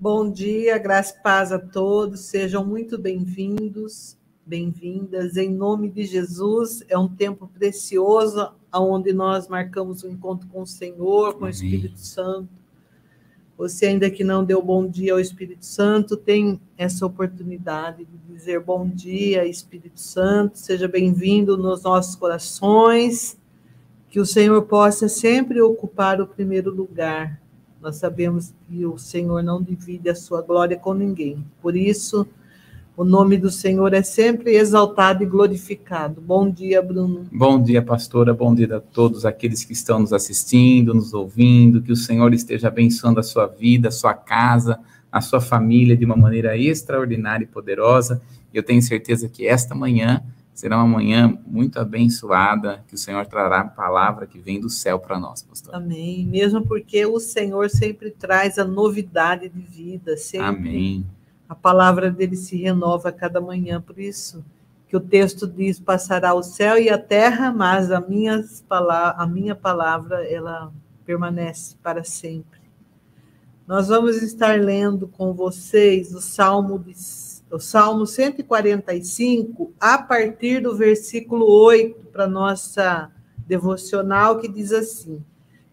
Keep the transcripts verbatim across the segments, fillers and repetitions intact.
Bom dia, graça e paz a todos, sejam muito bem-vindos, bem-vindas, em nome de Jesus. É um tempo precioso, onde nós marcamos um encontro com o Senhor, com o Espírito Santo. Você ainda que não deu bom dia ao Espírito Santo, tem essa oportunidade de dizer bom dia, Espírito Santo, seja bem-vindo nos nossos corações, que o Senhor possa sempre ocupar o primeiro lugar. Nós sabemos que o Senhor não divide a sua glória com ninguém. Por isso, o nome do Senhor é sempre exaltado e glorificado. Bom dia, Bruno. Bom dia, pastora. Bom dia a todos aqueles que estão nos assistindo, nos ouvindo. Que o Senhor esteja abençoando a sua vida, a sua casa, a sua família de uma maneira extraordinária e poderosa. Eu tenho certeza que esta manhã será uma manhã muito abençoada, que o Senhor trará a palavra que vem do céu para nós, pastor. Amém. Mesmo porque o Senhor sempre traz a novidade de vida. Sempre. Amém. A palavra dele se renova a cada manhã. Por isso que o texto diz, passará o céu e a terra, mas a, minhas pala- a minha palavra, ela permanece para sempre. Nós vamos estar lendo com vocês o Salmo de O Salmo cento e quarenta e cinco, a partir do versículo oito, para nossa devocional, que diz assim: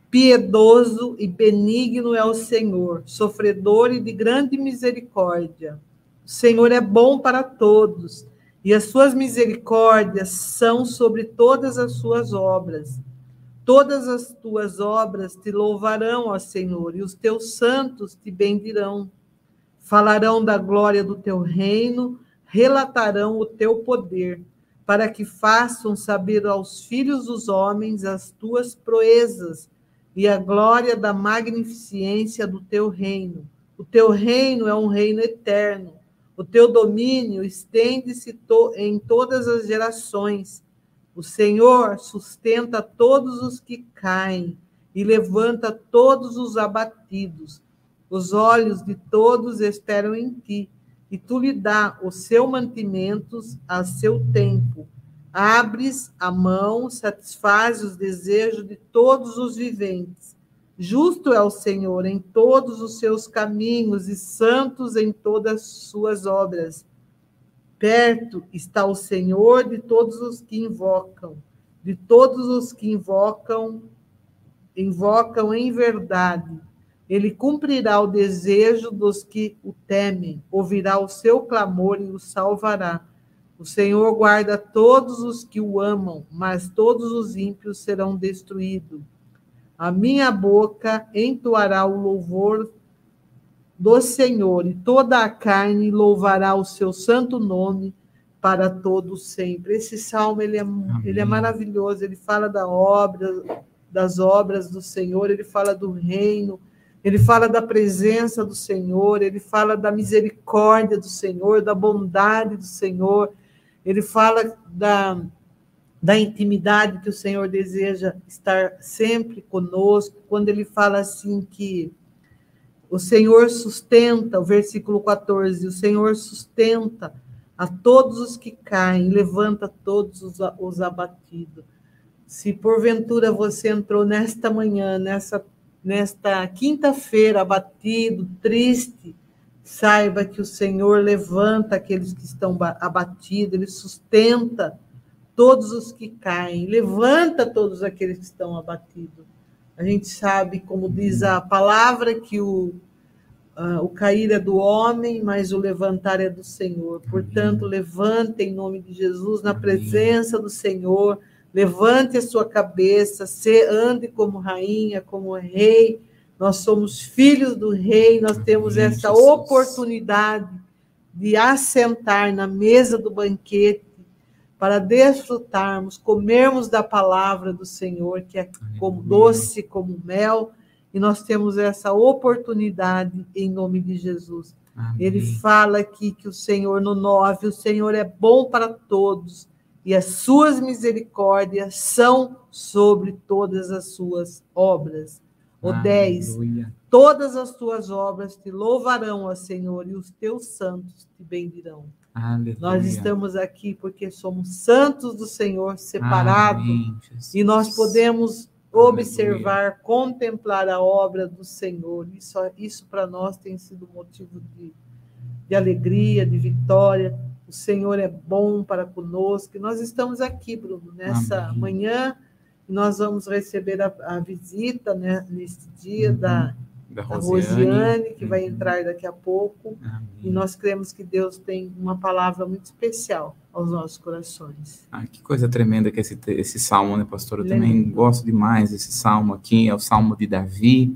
piedoso e benigno é o Senhor, sofredor e de grande misericórdia. O Senhor é bom para todos, e as suas misericórdias são sobre todas as suas obras. Todas as tuas obras te louvarão, ó Senhor, e os teus santos te bendirão. Falarão da glória do teu reino, relatarão o teu poder, para que façam saber aos filhos dos homens as tuas proezas e a glória da magnificência do teu reino. O teu reino é um reino eterno. O teu domínio estende-se to- em todas as gerações. O Senhor sustenta todos os que caem e levanta todos os abatidos. Os olhos de todos esperam em ti, e tu lhe dá o seu mantimento a seu tempo. Abres a mão, satisfaz os desejos de todos os viventes. Justo é o Senhor em todos os seus caminhos e santos em todas as suas obras. Perto está o Senhor de todos os que invocam, de todos os que invocam, invocam em verdade. Ele cumprirá o desejo dos que o temem, ouvirá o seu clamor e o salvará. O Senhor guarda todos os que o amam, mas todos os ímpios serão destruídos. A minha boca entoará o louvor do Senhor, e toda a carne louvará o seu santo nome para todos sempre. Esse salmo ele é, ele é maravilhoso, ele fala da obra, das obras do Senhor, ele fala do reino, ele fala da presença do Senhor, ele fala da misericórdia do Senhor, da bondade do Senhor, ele fala da, da intimidade que o Senhor deseja estar sempre conosco, quando ele fala assim que o Senhor sustenta, o versículo quatorze, o Senhor sustenta a todos os que caem, levanta todos os, os abatidos. Se porventura você entrou nesta manhã, nessa Nesta quinta-feira, abatido, triste, saiba que o Senhor levanta aqueles que estão abatidos, Ele sustenta todos os que caem, levanta todos aqueles que estão abatidos. A gente sabe, como diz a palavra, que o, uh, o cair é do homem, mas o levantar é do Senhor. Portanto, levante em nome de Jesus, na presença do Senhor. Levante a sua cabeça, se ande como rainha, como rei. Nós somos filhos do rei, nós temos essa oportunidade de assentar na mesa do banquete para desfrutarmos, comermos da palavra do Senhor, que é como doce como mel, e nós temos essa oportunidade em nome de Jesus. Amém. Ele fala aqui que o Senhor, no nove, o Senhor é bom para todos, e as suas misericórdias são sobre todas as suas obras. O dez, todas as tuas obras te louvarão, ó Senhor, e os teus santos te bendirão. Aleluia. Nós estamos aqui porque somos santos do Senhor, separados, e nós podemos observar, aleluia, contemplar a obra do Senhor. Isso, isso para nós tem sido motivo de, de alegria, de vitória. O Senhor é bom para conosco. E nós estamos aqui, Bruno, nessa Amém. manhã, e nós vamos receber a, a visita, né, nesse dia, uhum. da, da Rosiane, Rosiane que uhum. vai entrar daqui a pouco. Amém. E nós cremos que Deus tem uma palavra muito especial aos nossos corações. Ah, que coisa tremenda que esse, esse salmo, né, pastor? Eu Ele também é gosto demais desse salmo aqui, é o salmo de Davi,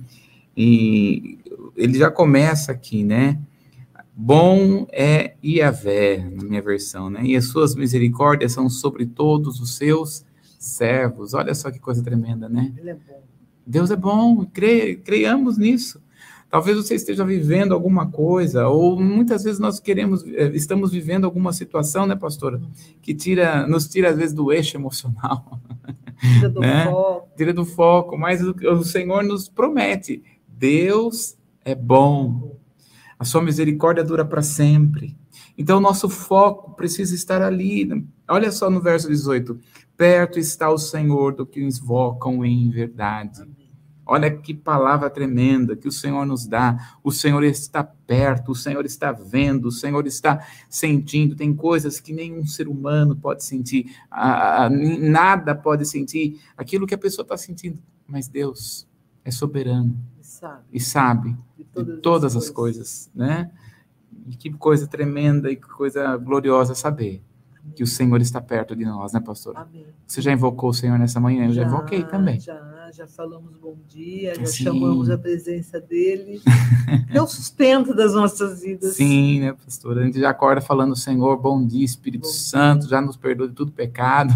e ele já começa aqui, né? Bom é Yahvé, na minha versão, né? E as suas misericórdias são sobre todos os seus servos. Olha só que coisa tremenda, né? Ele é bom. Deus é bom, cre, creiamos nisso. Talvez você esteja vivendo alguma coisa, ou muitas vezes nós queremos, estamos vivendo alguma situação, né, pastora, que tira, nos tira às vezes do eixo emocional. Tira do né? foco. Tira do foco, mas o, o Senhor nos promete, Deus é bom. A sua misericórdia dura para sempre. Então, o nosso foco precisa estar ali. Olha só no verso dezoito. Perto está o Senhor do que os invocam em verdade. Amém. Olha que palavra tremenda que o Senhor nos dá. O Senhor está perto, o Senhor está vendo, o Senhor está sentindo. Tem coisas que nenhum ser humano pode sentir. Ah, nada pode sentir aquilo que a pessoa está sentindo. Mas Deus é soberano. Sabe. E sabe de todas, de todas as, as coisas, coisas, né? E que coisa tremenda e que coisa gloriosa saber Amém. Que o Senhor está perto de nós, né, pastor? Amém. Você já invocou o Senhor nessa manhã? Eu já, já invoquei também. Já, já falamos bom dia, já Sim. chamamos a presença dele. É o sustento das nossas vidas. Sim, né, pastor? A gente já acorda falando, Senhor, bom dia, Espírito bom Santo, dia. Já nos perdoe de tudo pecado.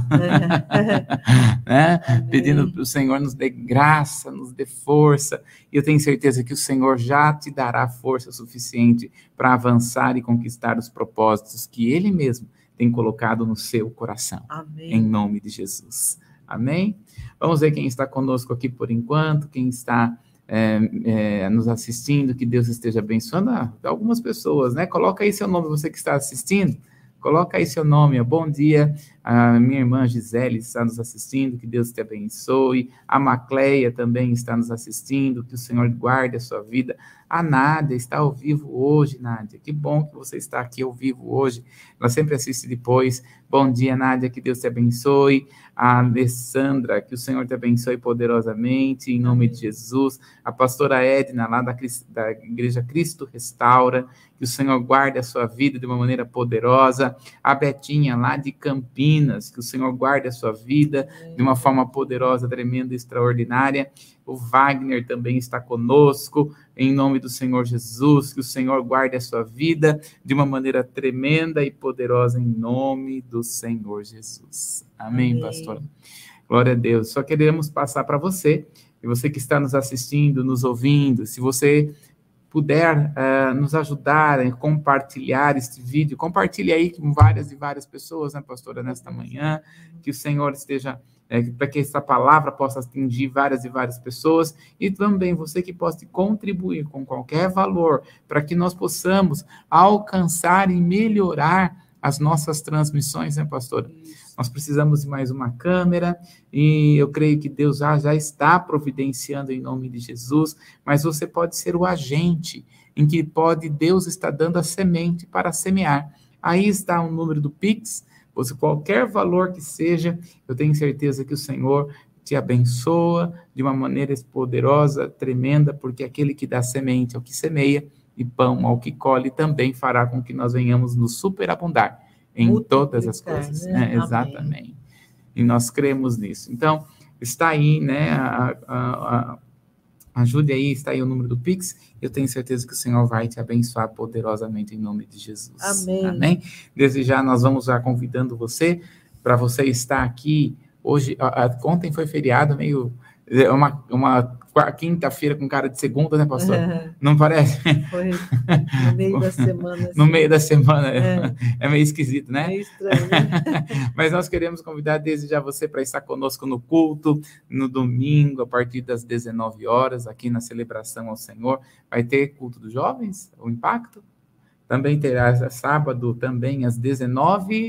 É. Né? Pedindo que o Senhor nos dê graça, nos dê força. E eu tenho certeza que o Senhor já te dará força suficiente para avançar e conquistar os propósitos que Ele mesmo tem colocado no seu coração. Amém. Em nome de Jesus. Amém? Vamos ver quem está conosco aqui por enquanto, quem está é, é, nos assistindo, que Deus esteja abençoando ah, algumas pessoas, né? Coloca aí seu nome, você que está assistindo, coloca aí seu nome. Bom dia, a minha irmã Gisele está nos assistindo, que Deus te abençoe. A Macleia também está nos assistindo, que o Senhor guarde a sua vida. A Nádia está ao vivo hoje, Nádia. Que bom que você está aqui ao vivo hoje. Ela sempre assiste depois. Bom dia, Nádia, que Deus te abençoe. A Alessandra, que o Senhor te abençoe poderosamente, em nome de Jesus. A pastora Edna, lá da, da Igreja Cristo Restaura, que o Senhor guarde a sua vida de uma maneira poderosa. A Betinha, lá de Campinas, que o Senhor guarde a sua vida de uma forma poderosa, tremenda, extraordinária. O Wagner também está conosco, em nome do Senhor Jesus, que o Senhor guarde a sua vida de uma maneira tremenda e poderosa, em nome do Senhor Jesus. Amém, Amém. Pastor? Glória a Deus. Só queremos passar para você, e você que está nos assistindo, nos ouvindo, se você puder uh, nos ajudar a compartilhar este vídeo, compartilhe aí com várias e várias pessoas, né, pastora, nesta manhã, que o Senhor esteja... É, para que essa palavra possa atingir várias e várias pessoas, e também você que possa contribuir com qualquer valor, para que nós possamos alcançar e melhorar as nossas transmissões, né, pastor? Isso. Nós precisamos de mais uma câmera, e eu creio que Deus já, já está providenciando em nome de Jesus, mas você pode ser o agente em que pode, Deus está dando a semente para semear. Aí está o número do Pix, ou se qualquer valor que seja, eu tenho certeza que o Senhor te abençoa de uma maneira poderosa, tremenda, porque aquele que dá semente ao que semeia e pão ao que colhe também fará com que nós venhamos nos superabundar em multiplicar, todas as coisas. Né? Né? Exatamente. E nós cremos nisso. Então, está aí, né, a, a, a ajude aí, está aí o número do Pix. Eu tenho certeza que o Senhor vai te abençoar poderosamente em nome de Jesus. Amém. Amém? Desde já nós vamos já convidando você para você estar aqui hoje. A, a, ontem foi feriado, meio uma, uma quinta-feira com cara de segunda, né, pastor? É. Não parece? Foi no meio da semana. Assim. No meio da semana. É, é meio esquisito, né? Meio estranho, né? Mas nós queremos convidar desde já você para estar conosco no culto, no domingo, a partir das dezenove horas, aqui na celebração ao Senhor. Vai ter culto dos jovens, o Impacto. Também terá sábado, também às dezenove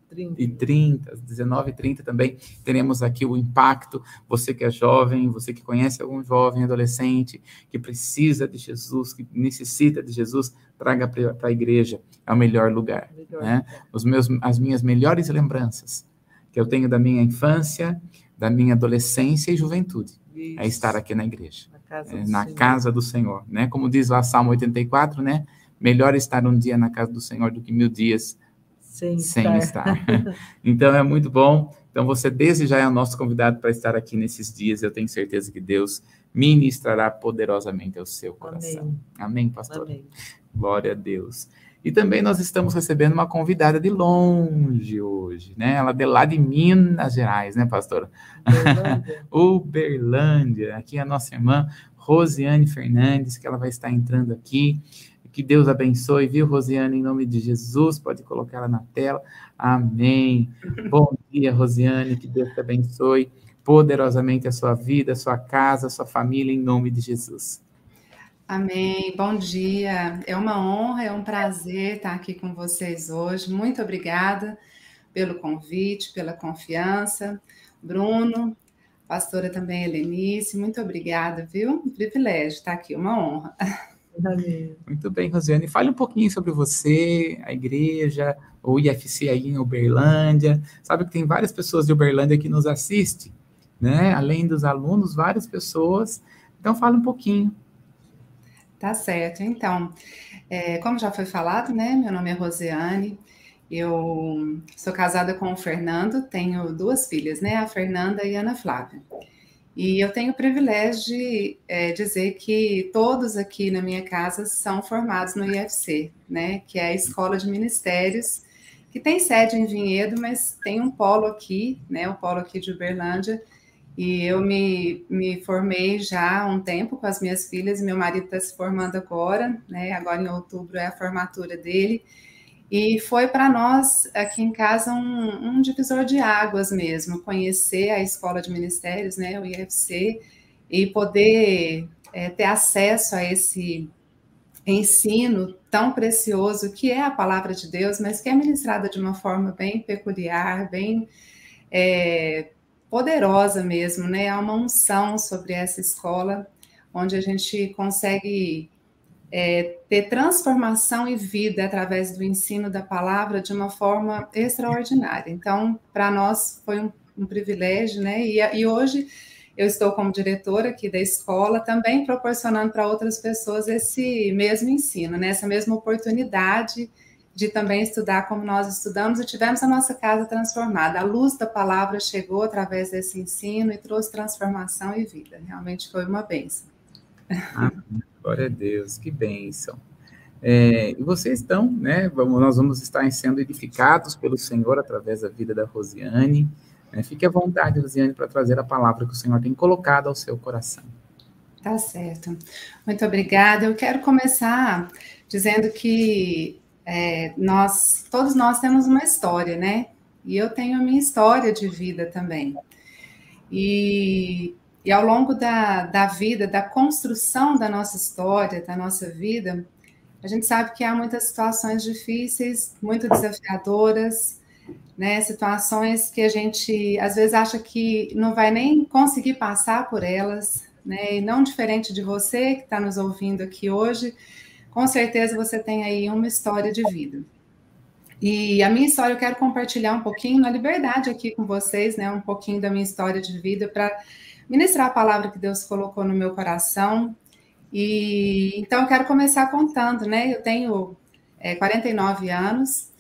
e trinta, às dezenove e trinta também, teremos aqui o Impacto. Você que é jovem, você que conhece algum jovem, adolescente, que precisa de Jesus, que necessita de Jesus, traga para a igreja, é o melhor lugar. Melhor, né? Os meus, as minhas melhores lembranças que eu tenho da minha infância, da minha adolescência e juventude, isso, é estar aqui na igreja, na casa, é, do, na Senhor. casa do Senhor, né? Como diz lá Salmo oitenta e quatro, né? Melhor estar um dia na casa do Senhor do que mil dias sem, sem estar. estar. Então, é muito bom. Então, você desde já é o nosso convidado para estar aqui nesses dias. Eu tenho certeza que Deus ministrará poderosamente ao seu coração. Amém, Amém pastor? Amém. Glória a Deus. E também nós estamos recebendo uma convidada de longe hoje, né? Ela é de lá de Minas Gerais, né, pastora? Uberlândia. Uberlândia. Aqui é a nossa irmã Rosiane Fernandes, que ela vai estar entrando aqui. Que Deus abençoe, viu, Rosiane, em nome de Jesus, pode colocar ela na tela, amém. Bom dia, Rosiane, que Deus te abençoe poderosamente a sua vida, a sua casa, a sua família, em nome de Jesus. Amém, bom dia, é uma honra, é um prazer estar aqui com vocês hoje, muito obrigada pelo convite, pela confiança, Bruno, pastora também Helenice, muito obrigada, viu, um privilégio estar aqui, uma honra. Muito bem, Rosiane. Fale um pouquinho sobre você, a igreja, o I F C aí em Uberlândia. Sabe que tem várias pessoas de Uberlândia que nos assistem, né? Além dos alunos, várias pessoas. Então, fala um pouquinho. Tá certo. Então, é, como já foi falado, né? Meu nome é Rosiane. Eu sou casada com o Fernando, tenho duas filhas, né? A Fernanda e a Ana Flávia. E eu tenho o privilégio de é, dizer que todos aqui na minha casa são formados no I F C, né, que é a Escola de Ministérios, que tem sede em Vinhedo, mas tem um polo aqui, né, o polo aqui de Uberlândia, e eu me, me formei já há um tempo com as minhas filhas, e meu marido está se formando agora, né, agora em outubro é a formatura dele, e foi para nós, aqui em casa, um, um divisor de águas mesmo, conhecer a Escola de Ministérios, né, o I F C, e poder é, ter acesso a esse ensino tão precioso, que é a palavra de Deus, mas que é ministrada de uma forma bem peculiar, bem é, poderosa mesmo, né? Há uma unção sobre essa escola, onde a gente consegue... É, ter transformação e vida através do ensino da palavra de uma forma extraordinária. Então, para nós foi um, um privilégio, né? E, e hoje eu estou como diretora aqui da escola, também proporcionando para outras pessoas esse mesmo ensino, né? Essa mesma oportunidade de também estudar como nós estudamos e tivemos a nossa casa transformada. A luz da palavra chegou através desse ensino e trouxe transformação e vida. Realmente foi uma bênção. Ah, glória a Deus, que bênção. É, e vocês estão, né, vamos, nós vamos estar sendo edificados pelo Senhor através da vida da Rosiane. Né? Fique à vontade, Rosiane, para trazer a palavra que o Senhor tem colocado ao seu coração. Tá certo. Muito obrigada. Eu quero começar dizendo que é, nós, todos nós temos uma história, né? E eu tenho a minha história de vida também. E... E ao longo da, da vida, da construção da nossa história, da nossa vida, a gente sabe que há muitas situações difíceis, muito desafiadoras, né? Situações que a gente, às vezes, acha que não vai nem conseguir passar por elas, né? E não diferente de você que está nos ouvindo aqui hoje, com certeza você tem aí uma história de vida. E a minha história eu quero compartilhar um pouquinho na liberdade aqui com vocês, né? Um pouquinho da minha história de vida para ministrar a palavra que Deus colocou no meu coração. E então eu quero começar contando, né? Eu tenho é, quarenta e nove anos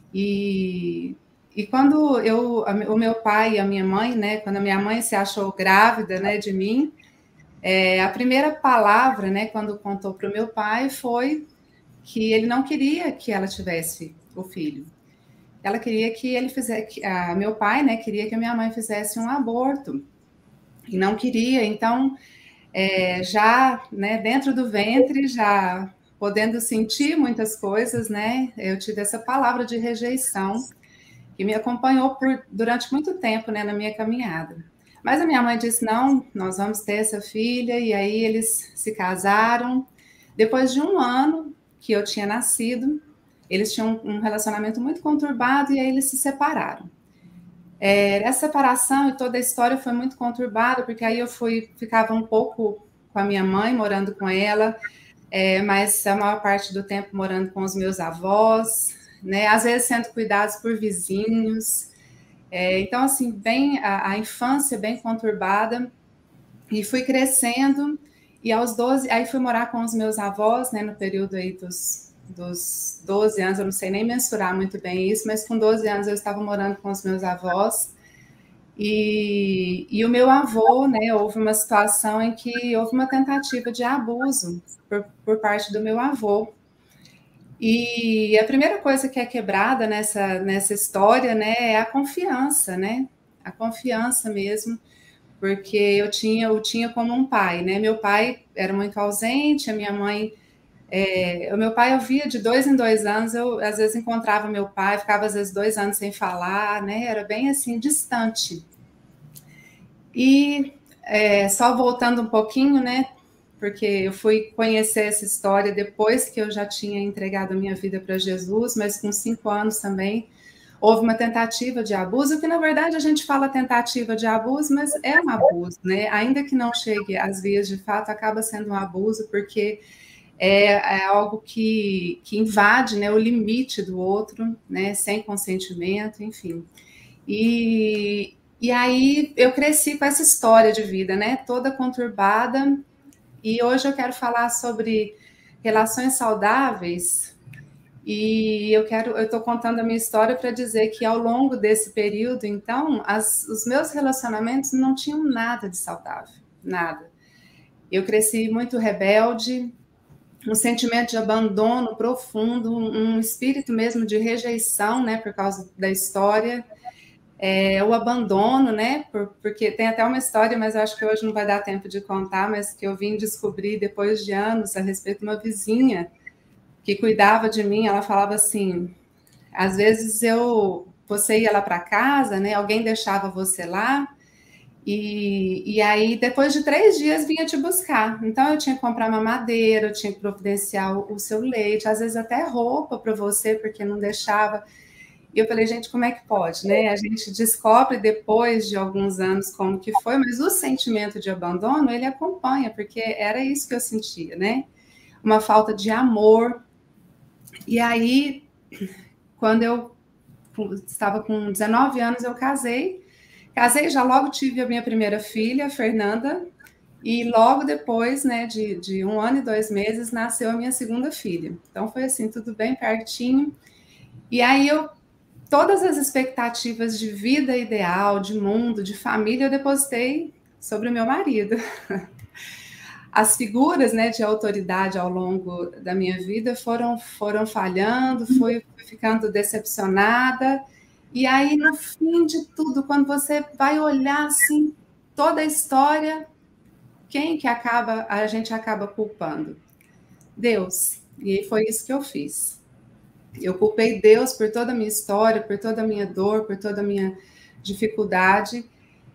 e, e quando eu, o meu pai e a minha mãe, né? Quando a minha mãe se achou grávida, né, de mim, é, a primeira palavra, né? Quando contou para o meu pai foi que ele não queria que ela tivesse o filho. Ela queria que ele fizesse, a, meu pai, né? Queria que a minha mãe fizesse um aborto. E não queria, então, é, já né, dentro do ventre, já podendo sentir muitas coisas, né, eu tive essa palavra de rejeição que me acompanhou por, durante muito tempo, né, na minha caminhada. Mas a minha mãe disse, não, nós vamos ter essa filha, e aí eles se casaram. Depois de um ano que eu tinha nascido, eles tinham um relacionamento muito conturbado e aí eles se separaram. É, essa separação e toda a história foi muito conturbada, porque aí eu fui, ficava um pouco com a minha mãe, morando com ela, é, mas a maior parte do tempo morando com os meus avós, né? Às vezes sendo cuidados por vizinhos. É, então, assim, bem, a, a infância bem conturbada, e fui crescendo, e aos doze, aí fui morar com os meus avós, né, no período aí dos, dos doze anos, eu não sei nem mensurar muito bem isso, mas com doze anos eu estava morando com os meus avós, e, e o meu avô, né, houve uma situação em que houve uma tentativa de abuso por, por parte do meu avô. E a primeira coisa que é quebrada nessa, nessa história, né, é a confiança, né, a confiança mesmo, porque eu tinha, eu tinha como um pai, né, meu pai era muito ausente, a minha mãe, é, o meu pai eu via de dois em dois anos, eu às vezes encontrava meu pai, ficava às vezes dois anos sem falar, né, era bem assim, distante. E é, só voltando um pouquinho, né, porque eu fui conhecer essa história depois que eu já tinha entregado a minha vida para Jesus, mas com cinco anos também houve uma tentativa de abuso, que na verdade a gente fala tentativa de abuso, mas é um abuso, né? Ainda que não chegue às vias de fato, acaba sendo um abuso, porque é, é algo que, que invade, né, o limite do outro, né, sem consentimento, enfim. E, e aí eu cresci com essa história de vida, né, toda conturbada. E hoje eu quero falar sobre relações saudáveis, e eu quero, eu estou contando a minha história para dizer que ao longo desse período, então, as, os meus relacionamentos não tinham nada de saudável, nada. Eu cresci muito rebelde, um sentimento de abandono profundo, um, um espírito mesmo de rejeição, né, por causa da história. É, o abandono, né, por, porque tem até uma história, mas eu acho que hoje não vai dar tempo de contar, mas que eu vim descobrir depois de anos a respeito de uma vizinha que cuidava de mim. Ela falava assim, às vezes eu, você ia lá para casa, né, alguém deixava você lá, e, e aí depois de três dias vinha te buscar. Então eu tinha que comprar mamadeira, eu tinha que providenciar o, o seu leite, às vezes até roupa para você, porque não deixava. E eu falei, gente, como é que pode, né? A gente descobre depois de alguns anos como que foi, mas o sentimento de abandono, ele acompanha, porque era isso que eu sentia, né? Uma falta de amor. E aí, quando eu estava com dezenove anos, eu casei. Casei, já logo tive a minha primeira filha, Fernanda, e logo depois, né, de, de um ano e dois meses, nasceu a minha segunda filha. Então, foi assim, tudo bem pertinho. E aí, eu todas as expectativas de vida ideal, de mundo, de família, eu depositei sobre o meu marido. As figuras, né, de autoridade ao longo da minha vida foram, foram falhando, fui ficando decepcionada. E aí, no fim de tudo, quando você vai olhar assim, toda a história, quem que acaba, a gente acaba culpando? Deus. E foi isso que eu fiz. Eu culpei Deus por toda a minha história, por toda a minha dor, por toda a minha dificuldade.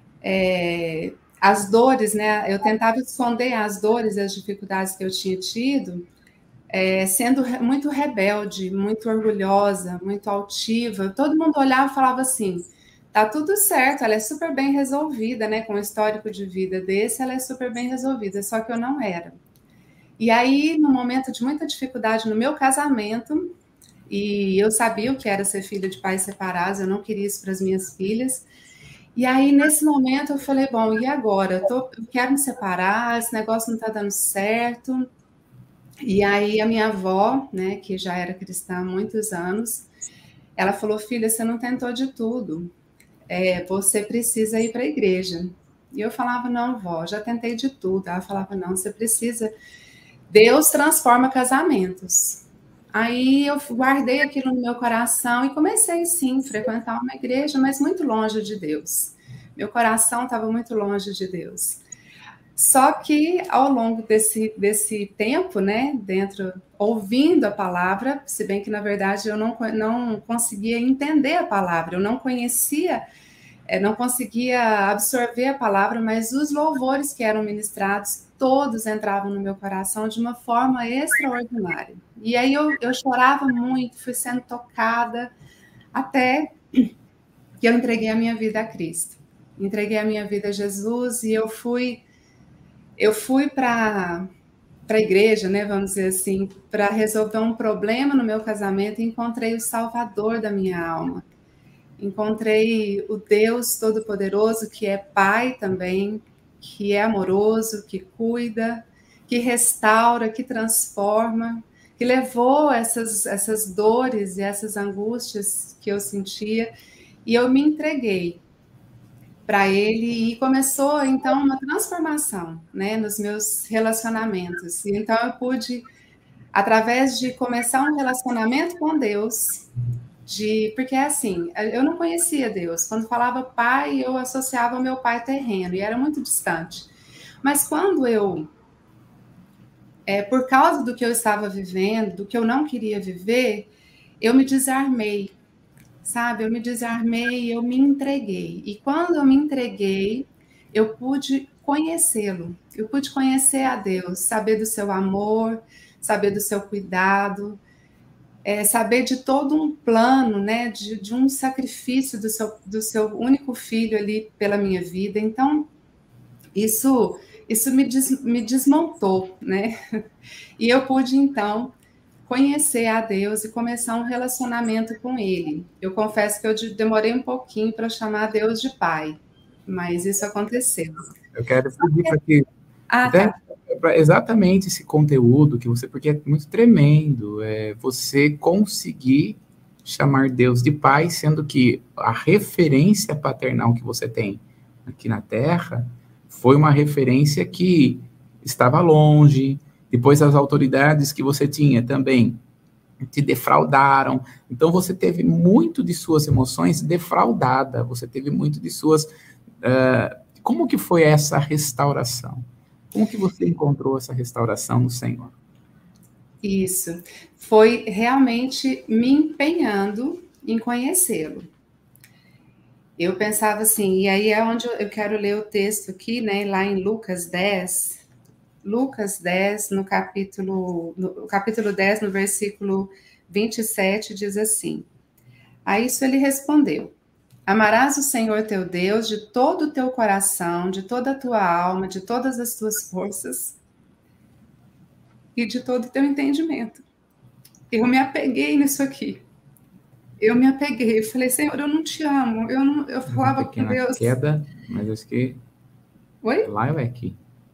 É, as dores, né? Eu tentava esconder as dores e as dificuldades que eu tinha tido, é, sendo muito rebelde, muito orgulhosa, muito altiva. Todo mundo olhava e falava assim, tá tudo certo, ela é super bem resolvida, né? Com um histórico de vida desse, ela é super bem resolvida, só que eu não era. E aí, no momento de muita dificuldade no meu casamento, e eu sabia o que era ser filha de pais separados, eu não queria isso para as minhas filhas. E aí, nesse momento, eu falei, bom, e agora? Eu, tô, eu quero me separar, esse negócio não está dando certo. E aí, a minha avó, né, que já era cristã há muitos anos, ela falou, filha, você não tentou de tudo, é, você precisa ir para a igreja. E eu falava, não, vó, já tentei de tudo. Ela falava, não, você precisa... Deus transforma casamentos. Aí eu guardei aquilo no meu coração e comecei, sim, a frequentar uma igreja, mas muito longe de Deus. Meu coração estava muito longe de Deus. Só que, ao longo desse, desse tempo, né, dentro, ouvindo a palavra, se bem que, na verdade, eu não, não conseguia entender a palavra, eu não conhecia, não conseguia absorver a palavra, mas os louvores que eram ministrados todos entravam no meu coração de uma forma extraordinária. E aí eu, eu chorava muito, fui sendo tocada, até que eu entreguei a minha vida a Cristo. Entreguei a minha vida a Jesus e eu fui, eu fui para a igreja, né, vamos dizer assim, para resolver um problema no meu casamento e encontrei o Salvador da minha alma. Encontrei o Deus Todo-Poderoso, que é Pai também, que é amoroso, que cuida, que restaura, que transforma, que levou essas, essas dores e essas angústias que eu sentia, e eu me entreguei para Ele, e começou, então, uma transformação, né, nos meus relacionamentos. E então eu pude, através de começar um relacionamento com Deus, de, porque é assim, eu não conhecia Deus. Quando falava pai, eu associava ao meu pai terreno, e era muito distante. Mas quando eu, é, por causa do que eu estava vivendo, do que eu não queria viver, eu me desarmei, sabe? Eu me desarmei, eu me entreguei. E quando eu me entreguei, eu pude conhecê-lo. Eu pude conhecer a Deus, saber do seu amor, saber do seu cuidado, É, saber de todo um plano, né, de, de um sacrifício do seu, do seu único filho ali pela minha vida. Então, isso, isso me, des, me desmontou, né? E eu pude, então, conhecer a Deus e começar um relacionamento com Ele. Eu confesso que eu demorei um pouquinho para chamar Deus de Pai, mas isso aconteceu. Eu quero pedir para que... Ah, tá. Exatamente esse conteúdo que você, porque é muito tremendo, é você conseguir chamar Deus de Pai, sendo que a referência paternal que você tem aqui na Terra foi uma referência que estava longe, depois as autoridades que você tinha também te defraudaram, então você teve muito de suas emoções defraudada, você teve muito de suas... Uh, como que foi essa restauração? Como que você encontrou essa restauração no Senhor? Isso. Foi realmente me empenhando em conhecê-lo. Eu pensava assim, e aí é onde eu quero ler o texto aqui, né, lá em Lucas dez. Lucas dez, no capítulo, no capítulo dez, no versículo vinte e sete, diz assim: a isso ele respondeu: amarás o Senhor teu Deus de todo o teu coração, de toda a tua alma, de todas as tuas forças e de todo o teu entendimento. Eu me apeguei nisso aqui. Eu me apeguei. Eu falei, Senhor, eu não te amo. Eu, não, eu falava com Deus. Queda, mas acho que... Oi? Lá ou é aqui?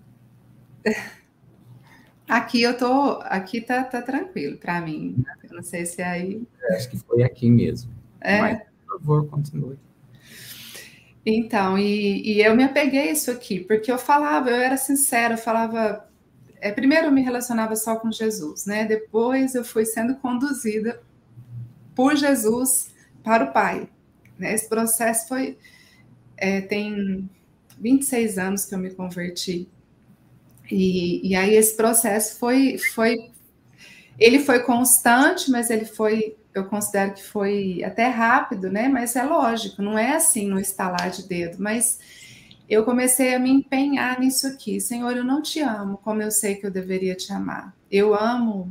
Aqui eu tô... Aqui tá, tá tranquilo para mim. Eu não sei se é aí... Acho que foi aqui mesmo. É. Mas, por favor, continue. Então, e, e eu me apeguei a isso aqui, porque eu falava, eu era sincera, eu falava... É, primeiro eu me relacionava só com Jesus, né? Depois eu fui sendo conduzida por Jesus para o Pai. Né? Esse processo foi... É, tem vinte e seis anos que eu me converti. E, e aí esse processo foi, foi... Ele foi constante, mas ele foi... Eu considero que foi até rápido, né? Mas é lógico, não é assim no estalar de dedo. Mas eu comecei a me empenhar nisso aqui. Senhor, eu não te amo como eu sei que eu deveria te amar. Eu amo...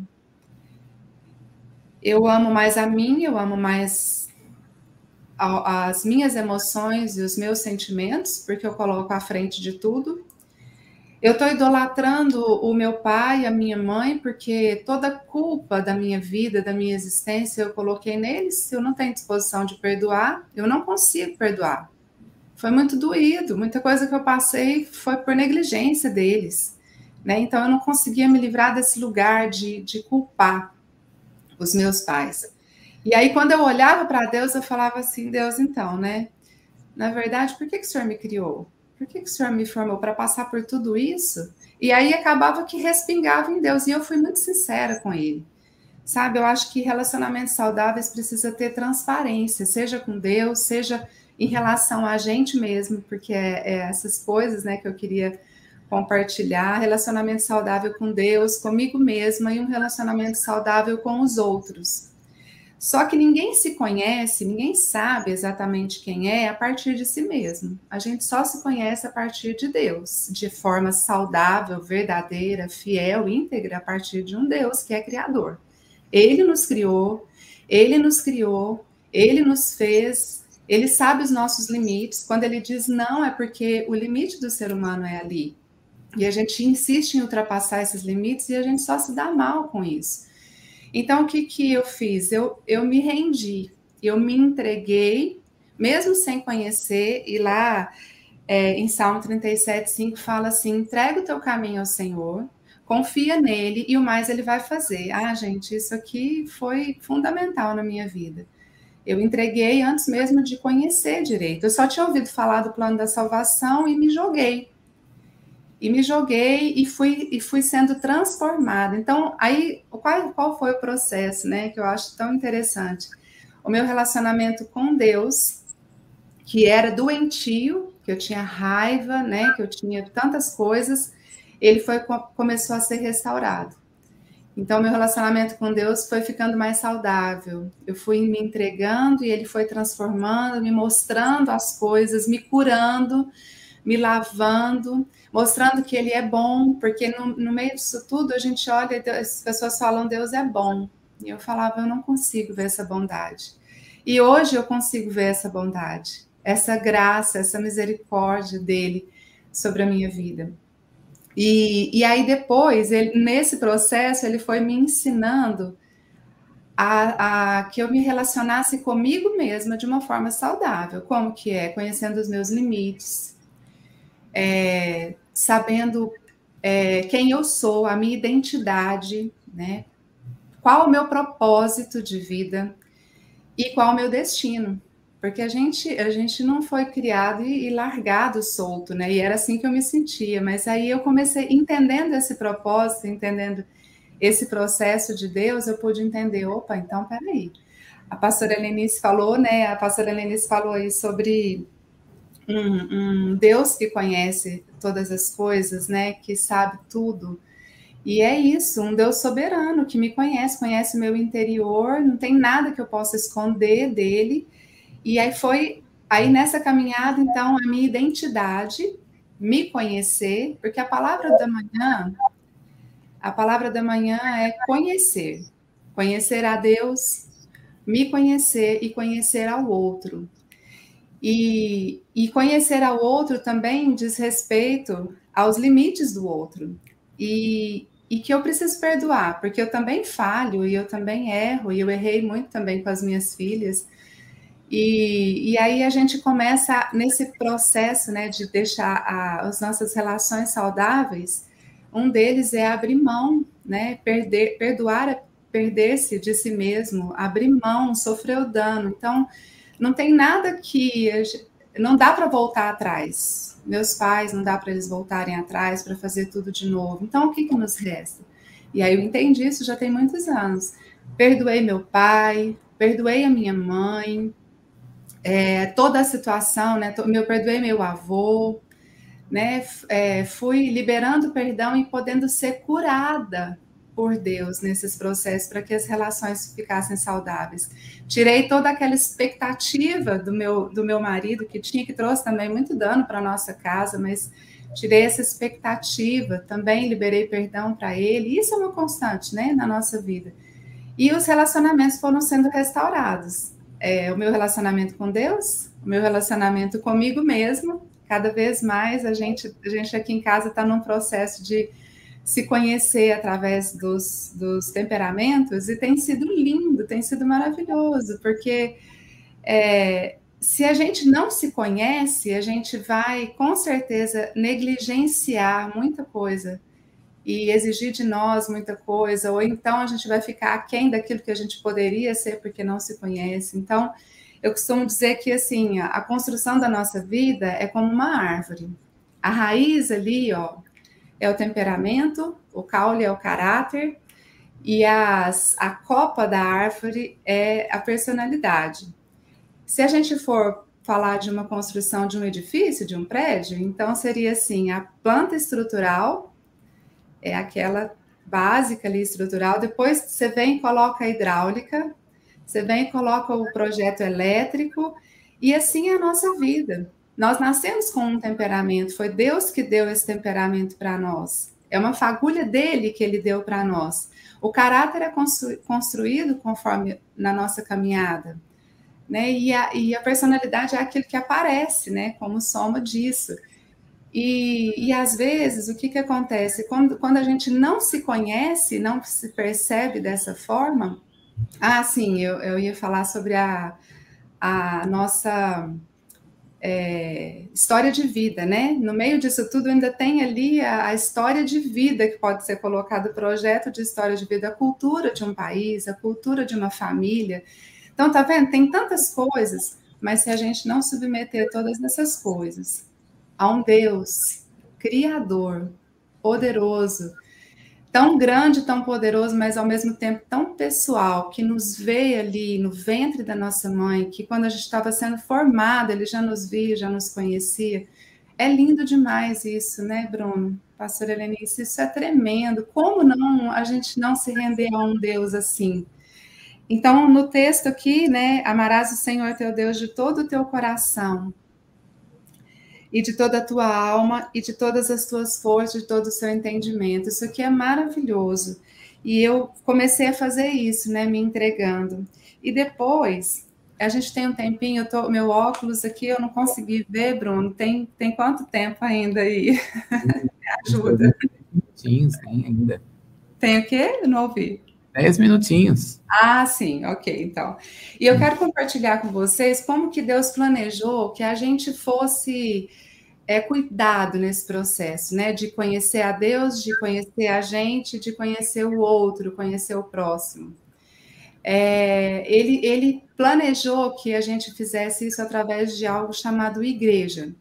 Eu amo mais a mim, eu amo mais a, as minhas emoções e os meus sentimentos, porque eu coloco à frente de tudo. Eu estou idolatrando o meu pai e a minha mãe, porque toda a culpa da minha vida, da minha existência, eu coloquei neles. Se eu não tenho disposição de perdoar, eu não consigo perdoar. Foi muito doído, muita coisa que eu passei foi por negligência deles, né? Então eu não conseguia me livrar desse lugar de, de culpar os meus pais. E aí quando eu olhava para Deus, eu falava assim, Deus, então, né? Na verdade, por que, que o Senhor me criou? Por que, que o Senhor me formou? Para passar por tudo isso? E aí acabava que respingava em Deus. E eu fui muito sincera com ele. Sabe, eu acho que relacionamentos saudáveis precisa ter transparência, seja com Deus, seja em relação a gente mesmo, porque é, é essas coisas, né, que eu queria compartilhar. Relacionamento saudável com Deus, comigo mesma, e um relacionamento saudável com os outros. Só que ninguém se conhece, ninguém sabe exatamente quem é a partir de si mesmo. A gente só se conhece a partir de Deus, de forma saudável, verdadeira, fiel, íntegra, a partir de um Deus que é criador. Ele nos criou, ele nos criou, ele nos fez, ele sabe os nossos limites. Quando ele diz não, é porque o limite do ser humano é ali. E a gente insiste em ultrapassar esses limites e a gente só se dá mal com isso. Então, o que, que eu fiz? Eu, eu me rendi, eu me entreguei, mesmo sem conhecer, e lá é, em Salmo trinta e sete, cinco fala assim, entrega o teu caminho ao Senhor, confia nele e o mais ele vai fazer. Ah, gente, isso aqui foi fundamental na minha vida. Eu entreguei antes mesmo de conhecer direito. Eu só tinha ouvido falar do plano da salvação e me joguei. E me joguei e fui, e fui sendo transformada. Então, aí, qual, qual foi o processo, né, que eu acho tão interessante? O meu relacionamento com Deus, que era doentio, que eu tinha raiva, né, que eu tinha tantas coisas, ele foi, começou a ser restaurado. Então, meu relacionamento com Deus foi ficando mais saudável. Eu fui me entregando e ele foi transformando, me mostrando as coisas, me curando, me lavando, mostrando que ele é bom, porque no, no meio disso tudo a gente olha, as pessoas falam Deus é bom, e eu falava, eu não consigo ver essa bondade. E hoje eu consigo ver essa bondade, essa graça, essa misericórdia dele sobre a minha vida. E, e aí depois, ele, nesse processo, ele foi me ensinando a, a que eu me relacionasse comigo mesma de uma forma saudável. Como que é? Conhecendo os meus limites, É, sabendo é, quem eu sou, a minha identidade, né? Qual o meu propósito de vida e qual o meu destino. Porque a gente, a gente não foi criado e, e largado solto, né? E era assim que eu me sentia. Mas aí eu comecei entendendo esse propósito, entendendo esse processo de Deus, eu pude entender, opa, então peraí. A pastora Lenice falou, né? A pastora Lenice falou aí sobre Um, um Deus que conhece todas as coisas, né, que sabe tudo, e é isso, um Deus soberano que me conhece, conhece o meu interior, não tem nada que eu possa esconder dele, e aí foi, aí nessa caminhada, então, a minha identidade, me conhecer, porque a palavra da manhã, a palavra da manhã é conhecer, conhecer a Deus, me conhecer e conhecer ao outro. E, e conhecer ao outro também diz respeito aos limites do outro. E, e que eu preciso perdoar, porque eu também falho, e eu também erro, e eu errei muito também com as minhas filhas. E, e aí a gente começa nesse processo, né, de deixar a, as nossas relações saudáveis. Um deles é abrir mão, né, perder, perdoar, perder-se de si mesmo, abrir mão, sofrer o dano. Então, não tem nada que... Não dá para voltar atrás. Meus pais, não dá para eles voltarem atrás para fazer tudo de novo. Então, o que, que nos resta? E aí eu entendi isso já tem muitos anos. Perdoei meu pai, perdoei a minha mãe, é, toda a situação, né? Eu perdoei meu avô, né? É, fui liberando perdão e podendo ser curada por Deus nesses processos para que as relações ficassem saudáveis. Tirei toda aquela expectativa do meu, do meu marido, que tinha, que trouxe também muito dano para a nossa casa, mas tirei essa expectativa, também liberei perdão para ele. Isso é uma constante, né, na nossa vida. E os relacionamentos foram sendo restaurados. É, o meu relacionamento com Deus, o meu relacionamento comigo mesmo, cada vez mais a gente, a gente aqui em casa está num processo de se conhecer através dos, dos temperamentos, e tem sido lindo, tem sido maravilhoso, porque é, se a gente não se conhece, a gente vai, com certeza, negligenciar muita coisa e exigir de nós muita coisa, ou então a gente vai ficar aquém daquilo que a gente poderia ser porque não se conhece. Então, eu costumo dizer que, assim, a construção da nossa vida é como uma árvore. A raiz ali, ó, é o temperamento, o caule é o caráter, e as, a copa da árvore é a personalidade. Se a gente for falar de uma construção de um edifício, de um prédio, então seria assim, a planta estrutural é aquela básica ali, estrutural, depois você vem e coloca a hidráulica, Você vem e coloca o projeto elétrico, e assim é a nossa vida. Nós nascemos com um temperamento, foi Deus que deu esse temperamento para nós. É uma fagulha dele que ele deu para nós. O caráter é constru, construído conforme na nossa caminhada, né? E a, e a personalidade é aquilo que aparece, né? Como soma disso. E, e às vezes, o que, que acontece? Quando, quando a gente não se conhece, não se percebe dessa forma. Ah, sim, eu, eu ia falar sobre a, a nossa é, história de vida, né? No meio disso tudo ainda tem ali a, a história de vida que pode ser colocado, o projeto de história de vida, a cultura de um país, a cultura de uma família. Então, tá vendo? Tem tantas coisas, mas se a gente não submeter todas essas coisas a um Deus criador, poderoso, tão grande, tão poderoso, mas ao mesmo tempo tão pessoal, que nos vê ali no ventre da nossa mãe, que quando a gente estava sendo formada, ele já nos via, já nos conhecia. É lindo demais isso, né, Bruno? Pastor Helenice, isso é tremendo. Como não a gente não se render a um Deus assim? Então, no texto aqui, né, amarás o Senhor teu Deus de todo o teu coração, e de toda a tua alma, e de todas as tuas forças, de todo o seu entendimento. Isso aqui é maravilhoso. E eu comecei a fazer isso, né, me entregando. E depois, a gente tem um tempinho, eu tô, meu óculos aqui, eu não consegui ver, Bruno, tem, tem quanto tempo ainda aí? Me ajuda. dez minutinhos, tem ainda. Tem o quê? Eu não ouvi. Dez minutinhos. Ah, sim, ok, então. E eu quero compartilhar com vocês como que Deus planejou que a gente fosse é, cuidado nesse processo, né? De conhecer a Deus, de conhecer a gente, de conhecer o outro, conhecer o próximo. É, ele, ele planejou que a gente fizesse isso através de algo chamado igreja.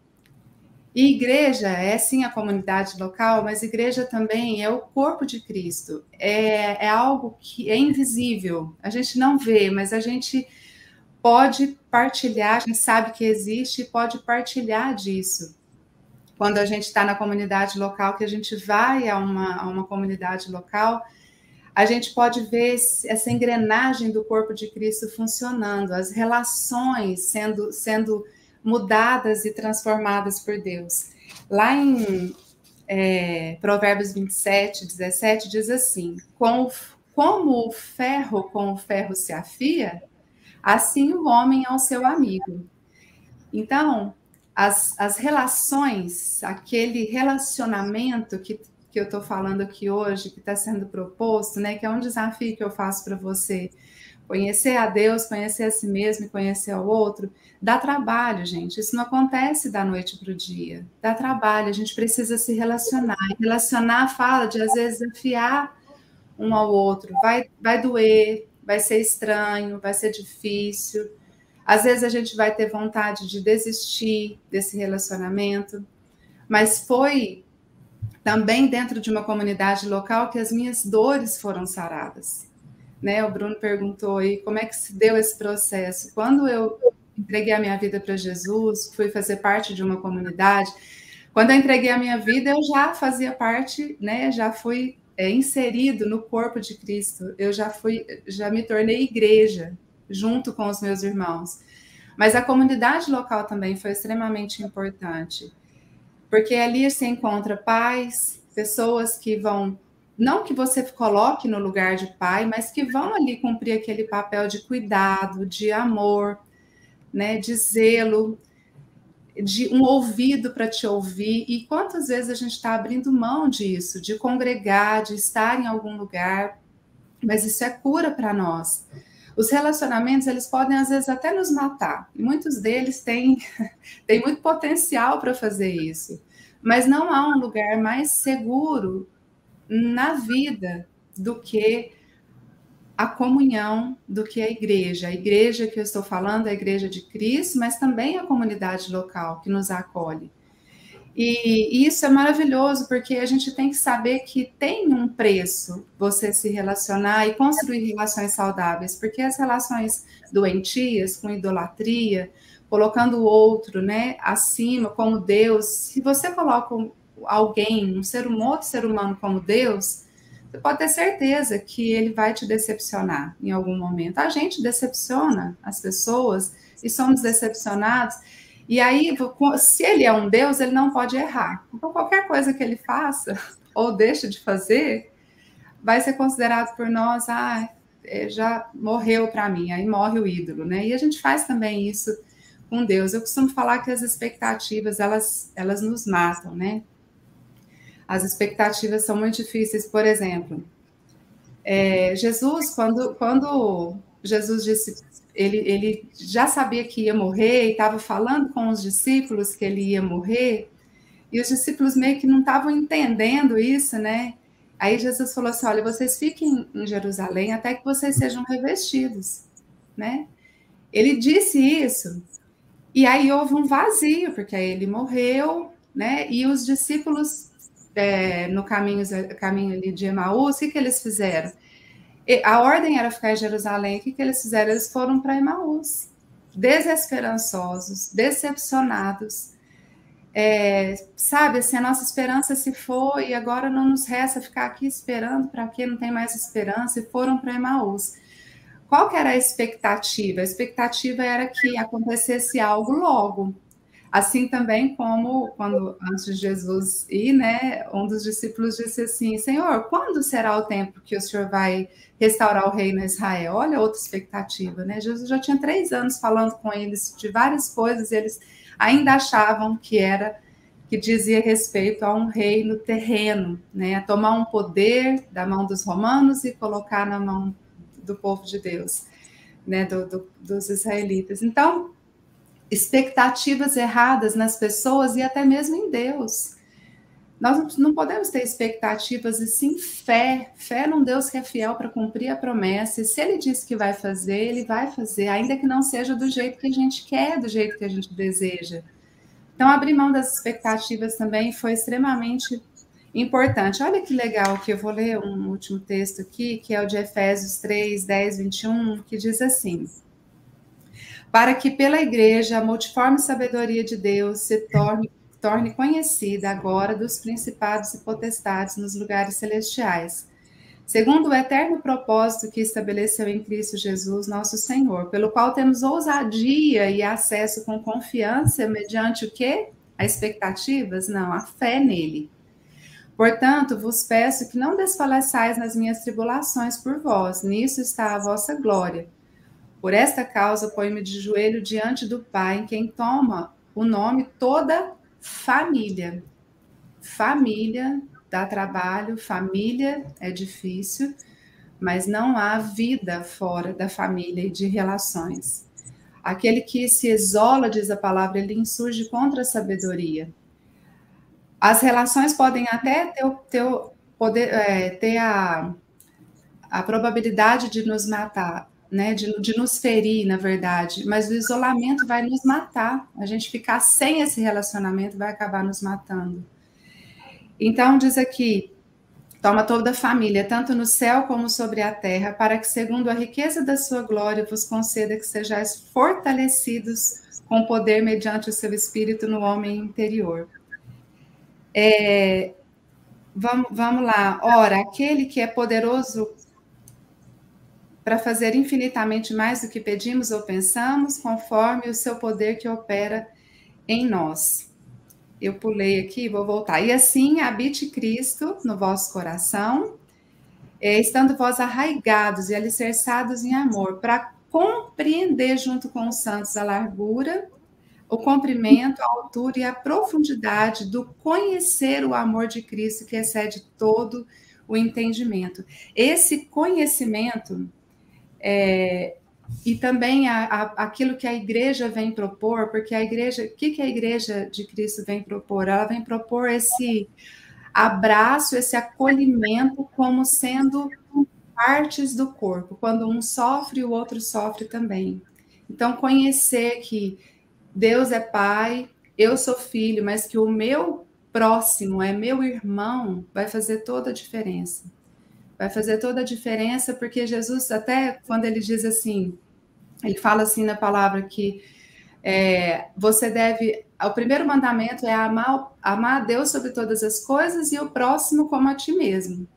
E igreja é sim a comunidade local, mas igreja também é o corpo de Cristo. É, é algo que é invisível, a gente não vê, mas a gente pode partilhar, a gente sabe que existe e pode partilhar disso. Quando a gente está na comunidade local, que a gente vai a uma, a uma comunidade local, a gente pode ver essa engrenagem do corpo de Cristo funcionando, as relações sendo, sendo mudadas e transformadas por Deus. Lá em é, Provérbios vinte e sete, dezessete, diz assim, com, como o ferro com o ferro se afia, assim o homem é o seu amigo. Então, as, as relações, aquele relacionamento que, que eu estou falando aqui hoje, que está sendo proposto, né, que é um desafio que eu faço para você, conhecer a Deus, conhecer a si mesmo e conhecer ao outro, dá trabalho, gente. Isso não acontece da noite para o dia. Dá trabalho, a gente precisa se relacionar. E relacionar fala de, às vezes, afiar um ao outro. Vai, vai doer, vai ser estranho, vai ser difícil. Às vezes a gente vai ter vontade de desistir desse relacionamento. Mas foi também dentro de uma comunidade local que as minhas dores foram saradas. Né, o Bruno perguntou aí como é que se deu esse processo. Quando eu entreguei a minha vida para Jesus, fui fazer parte de uma comunidade, quando eu entreguei a minha vida, eu já fazia parte, né, já fui é, inserido no corpo de Cristo, eu já fui, já me tornei igreja, junto com os meus irmãos. Mas a comunidade local também foi extremamente importante, porque ali se encontra pais, pessoas que vão, não que você coloque no lugar de pai, mas que vão ali cumprir aquele papel de cuidado, de amor, né, de zelo, de um ouvido para te ouvir. E quantas vezes a gente está abrindo mão disso, de congregar, de estar em algum lugar, mas isso é cura para nós. Os relacionamentos, eles podem às vezes até nos matar, e muitos deles têm, têm muito potencial para fazer isso, mas não há um lugar mais seguro na vida do que a comunhão, do que a igreja. A igreja que eu estou falando é a igreja de Cristo, mas também a comunidade local que nos acolhe. E isso é maravilhoso, porque a gente tem que saber que tem um preço você se relacionar e construir relações saudáveis, porque as relações doentias, com idolatria, colocando o outro, né, acima, como Deus, se você coloca alguém, um ser, um outro ser humano como Deus, você pode ter certeza que ele vai te decepcionar em algum momento. A gente decepciona as pessoas e somos decepcionados. E aí, se ele é um Deus, ele não pode errar. Então, qualquer coisa que ele faça ou deixe de fazer, vai ser considerado por nós, ah, já morreu para mim, aí morre o ídolo, né? E a gente faz também isso com Deus. Eu costumo falar que as expectativas, elas, elas nos matam, né? As expectativas são muito difíceis. Por exemplo, é, Jesus, quando, quando Jesus disse, ele, ele já sabia que ia morrer e estava falando com os discípulos que ele ia morrer, e os discípulos meio que não estavam entendendo isso, né? Aí Jesus falou assim, olha, vocês fiquem em Jerusalém até que vocês sejam revestidos, né? Ele disse isso, e aí houve um vazio, porque aí ele morreu, né? E os discípulos, é, no caminho, caminho ali de Emaús, o que, que eles fizeram? A ordem era ficar em Jerusalém, o que, que eles fizeram? Eles foram para Emaús, desesperançosos, decepcionados. É, sabe, assim, a nossa esperança se foi e agora não nos resta ficar aqui esperando, para que não tem mais esperança, e foram para Emaús. Qual que era a expectativa? A expectativa era que acontecesse algo logo. Assim também como quando, antes de Jesus ir, né, um dos discípulos disse assim, Senhor, quando será o tempo que o Senhor vai restaurar o reino a Israel? Olha outra expectativa, né? Jesus já tinha três anos falando com eles de várias coisas, e eles ainda achavam que era, que dizia respeito a um reino terreno, né, a tomar um poder da mão dos romanos e colocar na mão do povo de Deus, né, do, do, dos israelitas. Então, expectativas erradas nas pessoas e até mesmo em Deus. Nós não podemos ter expectativas e sim fé, fé num Deus que é fiel para cumprir a promessa, e se ele disse que vai fazer, ele vai fazer, ainda que não seja do jeito que a gente quer, do jeito que a gente deseja. Então, abrir mão das expectativas também foi extremamente importante. Olha que legal, que eu vou ler um último texto aqui, que é o de Efésios três, dez, vinte e um, que diz assim, para que pela igreja a multiforme sabedoria de Deus se torne torne conhecida agora dos principados e potestades nos lugares celestiais, segundo o eterno propósito que estabeleceu em Cristo Jesus, nosso Senhor, pelo qual temos ousadia e acesso com confiança, mediante o quê? As expectativas? Não, a fé nele. Portanto, vos peço que não desfaleçais nas minhas tribulações por vós, nisso está a vossa glória. Por esta causa, ponho-me de joelho diante do Pai, em quem toma o nome toda família. Família dá trabalho, família é difícil, mas não há vida fora da família e de relações. Aquele que se isola, diz a palavra, ele insurge contra a sabedoria. As relações podem até ter, ter, poder, é, ter a, a probabilidade de nos matar, né, de, de nos ferir, na verdade, mas o isolamento vai nos matar. A gente ficar sem esse relacionamento vai acabar nos matando. Então, diz aqui, toma toda a família, tanto no céu como sobre a terra, para que, segundo a riqueza da sua glória, vos conceda que sejais fortalecidos com poder mediante o seu espírito no homem interior. É, vamos, vamos lá. Ora, aquele que é poderoso para fazer infinitamente mais do que pedimos ou pensamos, conforme o seu poder que opera em nós. Eu pulei aqui, vou voltar. E assim habite Cristo no vosso coração, estando vós arraigados e alicerçados em amor, para compreender junto com os santos a largura, o comprimento, a altura e a profundidade do conhecer o amor de Cristo, que excede todo o entendimento. Esse conhecimento é, e também a, a, aquilo que a igreja vem propor, porque a igreja, o que, que a igreja de Cristo vem propor? Ela vem propor esse abraço, esse acolhimento como sendo partes do corpo. Quando um sofre, o outro sofre também. Então, conhecer que Deus é pai, eu sou filho, mas que o meu próximo é meu irmão, vai fazer toda a diferença. Vai fazer toda a diferença, porque Jesus, até quando ele diz assim, ele fala assim na palavra que é, você deve, o primeiro mandamento é amar, amar a Deus sobre todas as coisas e o próximo como a ti mesmo.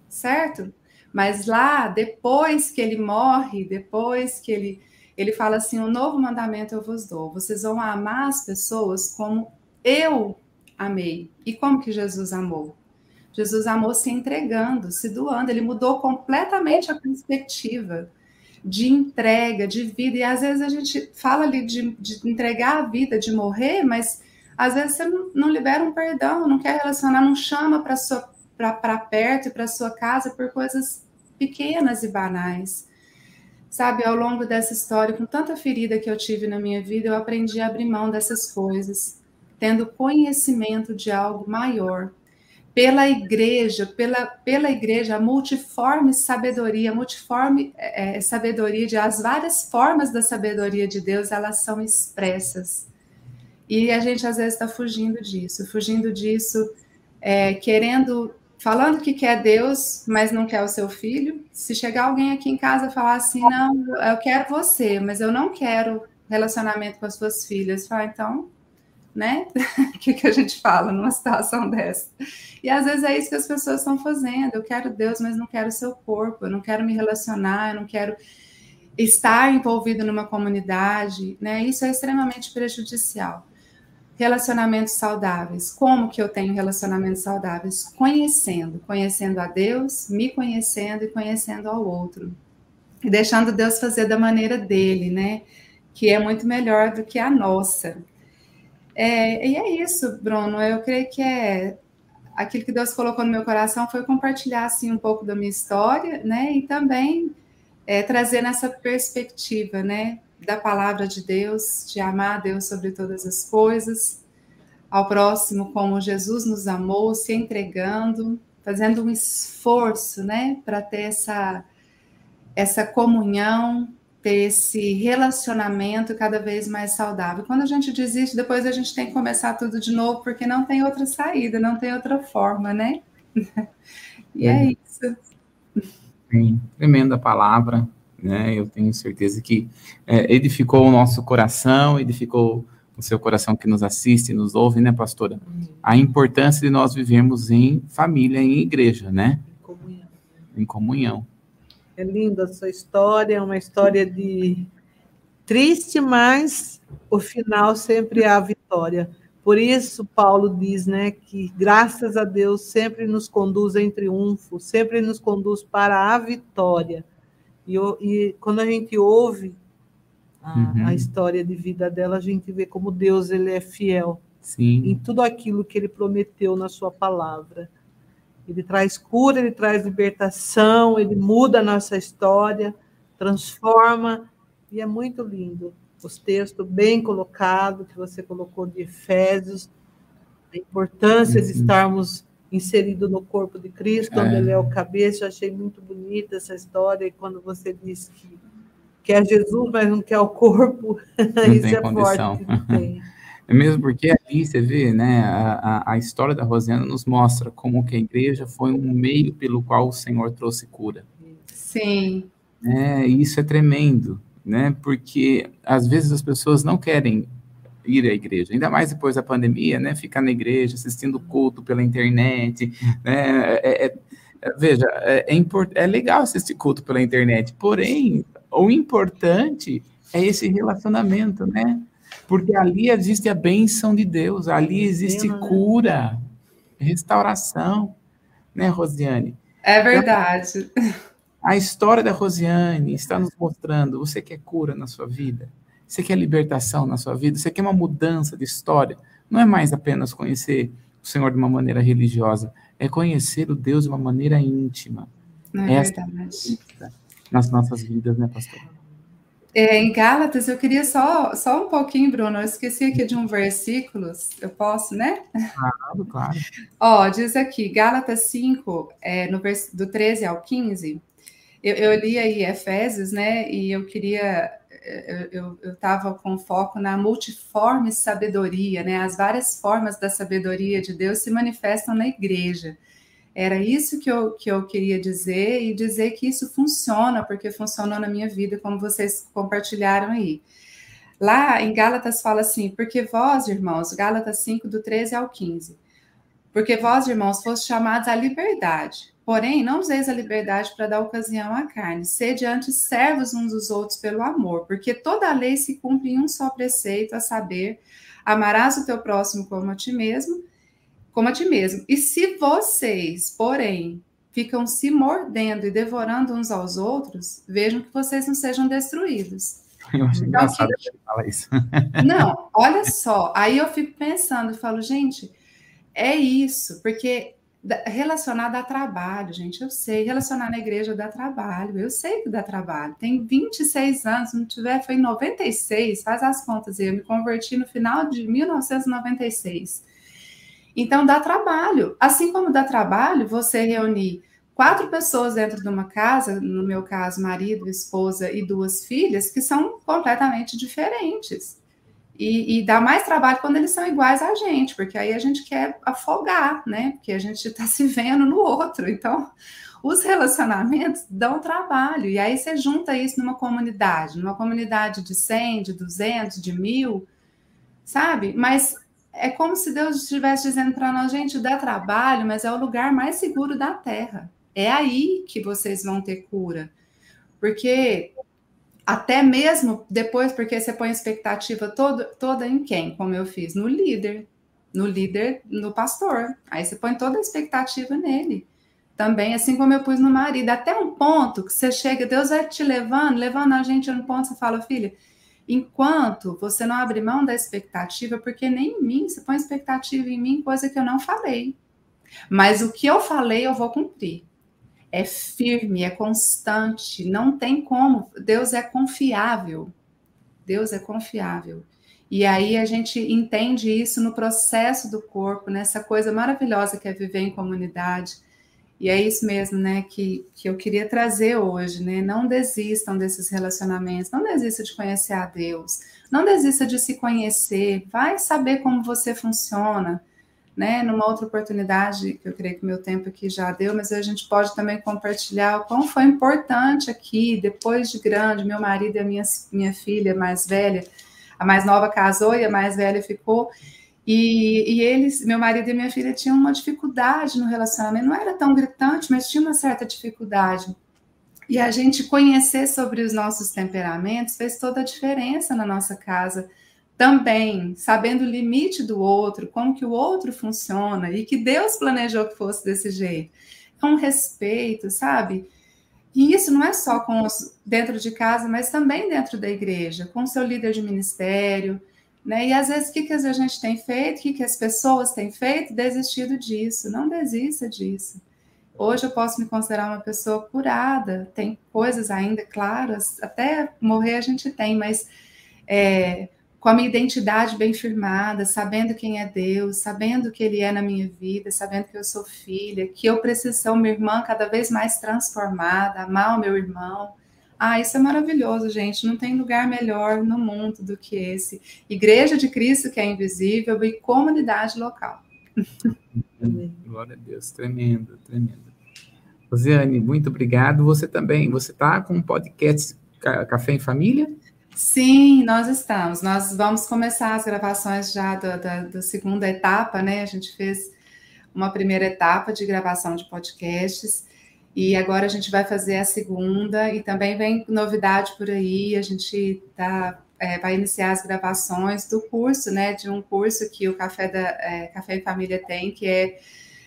certo? Mas lá, depois que ele morre, depois que ele, ele fala assim, um novo mandamento eu vos dou, vocês vão amar as pessoas como eu amei. E como que Jesus amou? Jesus amou se entregando, se doando, ele mudou completamente a perspectiva de entrega, de vida, e às vezes a gente fala ali de, de entregar a vida, de morrer, mas às vezes você não, não libera um perdão, não quer relacionar, não chama para perto e para sua casa por coisas pequenas e banais. Sabe, ao longo dessa história, com tanta ferida que eu tive na minha vida, eu aprendi a abrir mão dessas coisas, tendo conhecimento de algo maior. Pela igreja, pela, pela igreja, a multiforme sabedoria, a multiforme é, sabedoria, de, as várias formas da sabedoria de Deus, elas são expressas. E a gente às vezes está fugindo disso, fugindo disso, é, querendo, falando que quer Deus, mas não quer o seu filho. Se chegar alguém aqui em casa e falar assim, não, eu quero você, mas eu não quero relacionamento com as suas filhas, fala, então, né? O que, que a gente fala numa situação dessa? E às vezes é isso que as pessoas estão fazendo. Eu quero Deus, mas não quero o seu corpo. Eu não quero me relacionar, eu não quero estar envolvido numa comunidade, né? Isso é extremamente prejudicial. Relacionamentos saudáveis. Como que eu tenho relacionamentos saudáveis? Conhecendo. Conhecendo a Deus, me conhecendo e conhecendo ao outro. E deixando Deus fazer da maneira dele, né? Que é muito melhor do que a nossa. É, e é isso, Bruno. Eu creio que é aquilo que Deus colocou no meu coração foi compartilhar assim um pouco da minha história, né? E também é, trazer nessa perspectiva, né? Da palavra de Deus, de amar a Deus sobre todas as coisas, ao próximo como Jesus nos amou, se entregando, fazendo um esforço, né? Para ter essa essa comunhão, ter esse relacionamento cada vez mais saudável. Quando a gente desiste, depois a gente tem que começar tudo de novo, porque não tem outra saída, não tem outra forma, né? E é, é isso. Sim, tremenda palavra, né? Eu tenho certeza que é, edificou o nosso coração, edificou o seu coração que nos assiste, nos ouve, né, pastora? A importância de nós vivermos em família, em igreja, né? Em comunhão. Em comunhão. É linda a sua história, é uma história de triste, mas o final sempre é a vitória. Por isso, Paulo diz, né, que graças a Deus sempre nos conduz em triunfo, sempre nos conduz para a vitória. E, e quando a gente ouve a, uhum. a história de vida dela, a gente vê como Deus ele é fiel. Sim. Em tudo aquilo que ele prometeu na sua palavra. Ele traz cura, ele traz libertação, ele muda a nossa história, transforma, e é muito lindo. Os textos bem colocados, que você colocou de Efésios, a importância Sim. de estarmos inseridos no corpo de Cristo, é. onde ele é o cabeça. Eu achei muito bonita essa história, e quando você disse que quer Jesus, mas não quer o corpo, não isso tem é condição. forte. Não tem. É mesmo porque ali você vê, né, a, a, a história da Rosiana nos mostra como que a igreja foi um meio pelo qual o Senhor trouxe cura. Sim. É, e isso é tremendo, né, porque às vezes as pessoas não querem ir à igreja, ainda mais depois da pandemia, né, ficar na igreja, assistindo culto pela internet, né, é, é, é, veja, é, é, import, é legal assistir culto pela internet, porém, o importante é esse relacionamento, né, porque ali existe a bênção de Deus, ali existe cura, restauração, né, Rosiane? É verdade. Então, a história da Rosiane está nos mostrando, você quer cura na sua vida? Você quer libertação na sua vida? Você quer uma mudança de história? Não é mais apenas conhecer o Senhor de uma maneira religiosa, é conhecer o Deus de uma maneira íntima. Não é Essa verdade. É nas nossas vidas, né, pastor? É, em Gálatas, eu queria só, só um pouquinho, Bruno, eu esqueci aqui de um versículo, eu posso, né? Claro, claro. Ó, diz aqui, Gálatas cinco, é, no vers, do treze ao quinze, eu, eu li aí Efésios, né, e eu queria, eu estava com foco na multiforme sabedoria, né, as várias formas da sabedoria de Deus se manifestam na igreja. Era isso que eu, que eu queria dizer, e dizer que isso funciona, porque funcionou na minha vida, como vocês compartilharam aí. Lá em Gálatas fala assim, porque vós, irmãos, Gálatas cinco, do treze ao quinze, porque vós, irmãos, foste chamados à liberdade. porém, não useis a liberdade para dar ocasião à carne. Sede antes servos uns dos outros pelo amor, porque toda a lei se cumpre em um só preceito, a saber, amarás o teu próximo como a ti mesmo, como a ti mesmo. E se vocês, porém, ficam se mordendo e devorando uns aos outros, vejam que vocês não sejam destruídos. Eu acho Então, engraçado que... que ele fala isso. Não, olha só. Aí eu fico pensando e falo, gente, é isso, porque relacionado a trabalho, gente, eu sei, relacionar na igreja dá trabalho, eu sei que dá trabalho. Tem vinte e seis anos, se não tiver, foi em noventa e seis, faz as contas aí, eu me converti no final de mil novecentos e noventa e seis. Então, dá trabalho. Assim como dá trabalho, você reunir quatro pessoas dentro de uma casa, no meu caso, marido, esposa e duas filhas, que são completamente diferentes. E, e dá mais trabalho quando eles são iguais a gente, porque aí a gente quer afogar, né? Porque a gente está se vendo no outro. Então, os relacionamentos dão trabalho. E aí você junta isso numa comunidade, numa comunidade de cem, de duzentos, de mil, sabe? Mas é como se Deus estivesse dizendo para nós, gente, dá trabalho, mas é o lugar mais seguro da Terra. É aí que vocês vão ter cura. Porque até mesmo depois, porque você põe expectativa todo, toda em quem? Como eu fiz, no líder. No líder, no pastor. Aí você põe toda a expectativa nele. Também, assim como eu pus no marido. Até um ponto que você chega, Deus vai te levando, levando a gente a um ponto, você fala, filha, enquanto você não abre mão da expectativa, porque nem em mim, você põe expectativa em mim, coisa que eu não falei. Mas o que eu falei, eu vou cumprir. É firme, é constante, não tem como. Deus é confiável. Deus é confiável. E aí a gente entende isso no processo do corpo, nessa coisa maravilhosa que é viver em comunidade. E é isso mesmo, né, que, que eu queria trazer hoje, né? Não desistam desses relacionamentos, não desista de conhecer a Deus, não desista de se conhecer, vai saber como você funciona, né? Numa outra oportunidade, que eu creio que o meu tempo aqui já deu, mas a gente pode também compartilhar o quão foi importante aqui, depois de grande, meu marido e a minha, minha filha mais velha, a mais nova casou e a mais velha ficou. E, e eles, meu marido e minha filha, tinham uma dificuldade no relacionamento, não era tão gritante, mas tinha uma certa dificuldade. E a gente conhecer sobre os nossos temperamentos fez toda a diferença na nossa casa também, sabendo o limite do outro, como que o outro funciona, e que Deus planejou que fosse desse jeito. É um respeito, sabe? E isso não é só com os, dentro de casa, mas também dentro da igreja, com o seu líder de ministério, né? E às vezes, o que, que a gente tem feito, o que, que as pessoas têm feito? Desistido disso. Não desista disso. Hoje eu posso me considerar uma pessoa curada, tem coisas ainda claras, até morrer a gente tem, mas é, com a minha identidade bem firmada, sabendo quem é Deus, sabendo que Ele é na minha vida, sabendo que eu sou filha, que eu preciso ser uma irmã cada vez mais transformada, amar o meu irmão. Ah, isso é maravilhoso, gente. Não tem lugar melhor no mundo do que esse. Igreja de Cristo que é invisível e comunidade local. Glória a Deus, tremendo, tremendo. Rosiane, muito obrigado. Você também, você está com um podcast Café em Família? Sim, nós estamos. Nós vamos começar as gravações já da, da, da segunda etapa, né? A gente fez uma primeira etapa de gravação de podcasts. E agora a gente vai fazer a segunda, e também vem novidade por aí, a gente tá, é, vai iniciar as gravações do curso, né, de um curso que o Café, da, é, Café em Família tem, que é,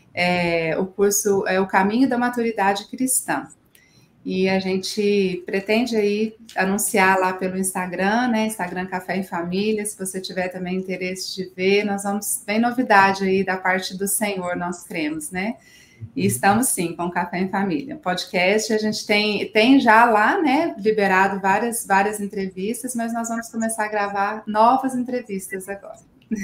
é o curso, é o Caminho da Maturidade Cristã. E a gente pretende aí anunciar lá pelo Instagram, né, Instagram Café em Família, se você tiver também interesse de ver, nós vamos, vem novidade aí da parte do Senhor, nós cremos, né. E estamos, sim, com o Café em Família. Podcast, a gente tem, tem já lá, né, liberado várias, várias entrevistas, mas nós vamos começar a gravar novas entrevistas agora.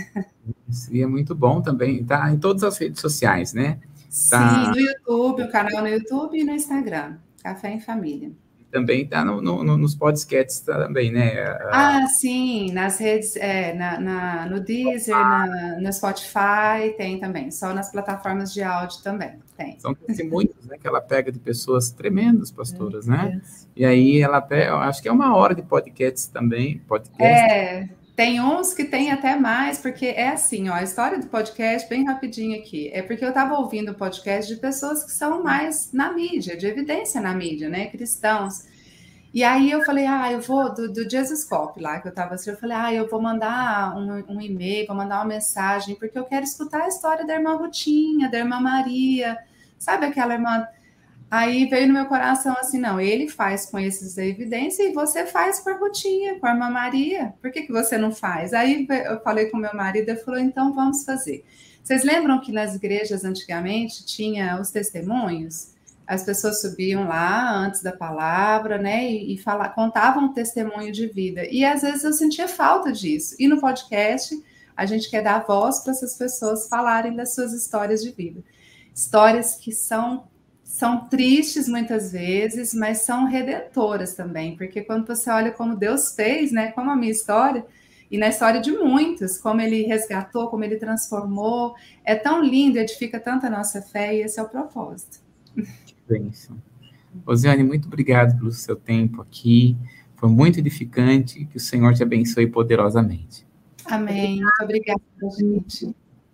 E é muito bom também, tá em todas as redes sociais, né? Tá... Sim, no YouTube, o canal no YouTube e no Instagram, Café em Família. Também está no, no, nos podcasts também, né? Ah, sim, nas redes, é, na, na, no Deezer, na, no Spotify, tem também, só nas plataformas de áudio também, tem. São testemunhos, né, que ela pega de pessoas tremendas, pastoras, é, né? É. E aí ela pega, acho que é uma hora de podcasts também, podcast. É, Tem uns que tem até mais, porque é assim, ó, a história do podcast, bem rapidinho aqui, é porque eu estava ouvindo o podcast de pessoas que são mais na mídia, de evidência na mídia, né, cristãos. E aí eu falei, ah, eu vou, do, do Jesuscope lá, que eu estava assim, eu falei, ah, eu vou mandar um, um e-mail, vou mandar uma mensagem, porque eu quero escutar a história da irmã Rutinha, da irmã Maria, sabe aquela irmã... Aí veio no meu coração assim, não, ele faz com esses da evidência e você faz com a Rutinha, com a irmã Maria. Por que, que você não faz? Aí eu falei com meu marido, ele falou, então vamos fazer. Vocês lembram que nas igrejas antigamente tinha os testemunhos? As pessoas subiam lá antes da palavra, né, e, e fala, contavam um testemunho de vida. E às vezes eu sentia falta disso. E no podcast, a gente quer dar voz para essas pessoas falarem das suas histórias de vida. Histórias que são... São tristes muitas vezes, mas são redentoras também, porque quando você olha como Deus fez, né, como a minha história, e na história de muitos, como ele resgatou, como ele transformou, é tão lindo, edifica tanto a nossa fé, e esse é o propósito. Que bênção. Rosiane, muito obrigado pelo seu tempo aqui, foi muito edificante, que o Senhor te abençoe poderosamente. Amém, muito obrigada, gente.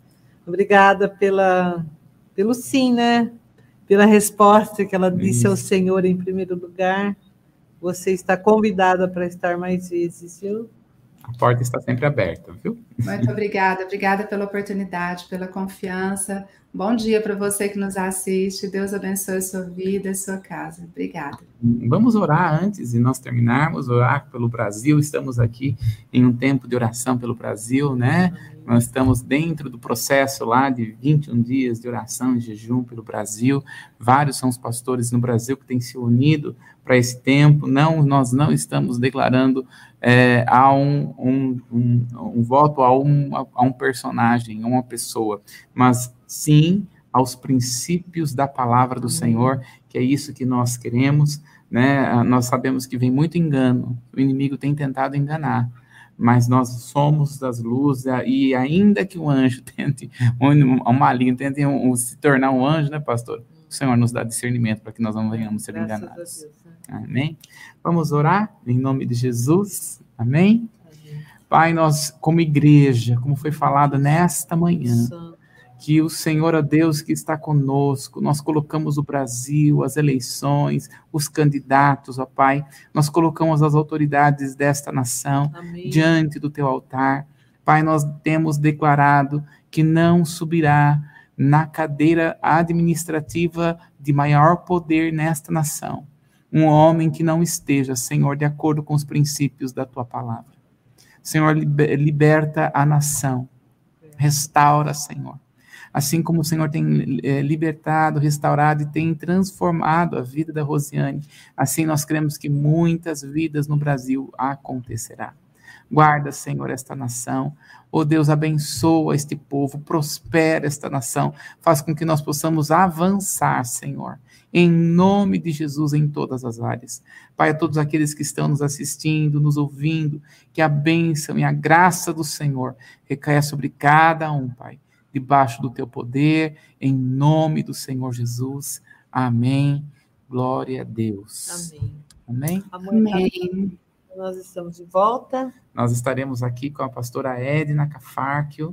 Obrigada pela, pelo sim, né? Pela resposta que ela disse Isso. ao Senhor em primeiro lugar. Você está convidada para estar mais vezes, viu? A porta está sempre aberta, viu? Muito obrigada. Obrigada pela oportunidade, pela confiança. Bom dia para você que nos assiste. Deus abençoe a sua vida e a sua casa. Obrigada. Vamos orar antes de nós terminarmos, orar pelo Brasil. Estamos aqui em um tempo de oração pelo Brasil, né? Amém. Nós estamos dentro do processo lá de vinte e um dias de oração e jejum pelo Brasil. Vários são os pastores no Brasil que têm se unido para esse tempo. Não, nós não estamos declarando é, a um, um, um, um voto a um, a um personagem, a uma pessoa, mas sim aos princípios da palavra do Senhor, que é isso que nós queremos, né? Nós sabemos que vem muito engano, o inimigo tem tentado enganar, mas nós somos das luzes, e ainda que o anjo tente, um maligno tente um, um, se tornar um anjo, né, pastor? O Senhor nos dá discernimento para que nós não venhamos ser Graças enganados. Deus, né? Amém? Vamos orar em nome de Jesus. Amém? Amém? Pai, nós como igreja, como foi falado nesta manhã, Santo. Que o Senhor, ó Deus, que está conosco, nós colocamos o Brasil, as eleições, os candidatos, ó Pai, nós colocamos as autoridades desta nação Amém. Diante do teu altar. Pai, nós temos declarado que não subirá na cadeira administrativa de maior poder nesta nação um homem que não esteja, Senhor, de acordo com os princípios da tua palavra. Senhor, liberta a nação, restaura, Senhor. Assim como o Senhor tem é, libertado, restaurado e tem transformado a vida da Rosiane, assim nós cremos que muitas vidas no Brasil acontecerá. Guarda, Senhor, esta nação. Oh Deus, abençoa este povo, prospera esta nação, faz com que nós possamos avançar, Senhor, em nome de Jesus, em todas as áreas. Pai, a todos aqueles que estão nos assistindo, nos ouvindo, que a bênção e a graça do Senhor recaia sobre cada um, Pai, debaixo do teu poder, em nome do Senhor Jesus. Amém. Glória a Deus. Amém. Amém? Amém. Nós estamos de volta. Nós estaremos aqui com a pastora Edna Cafarquio,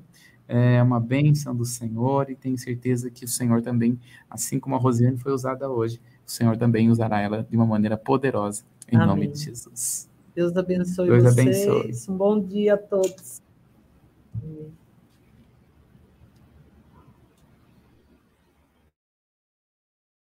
é uma bênção do Senhor, e tenho certeza que o Senhor também, assim como a Rosiane foi usada hoje, o Senhor também usará ela de uma maneira poderosa, em Amém. Nome de Jesus. Deus abençoe Deus vocês. Abençoe. Um bom dia a todos. Amém.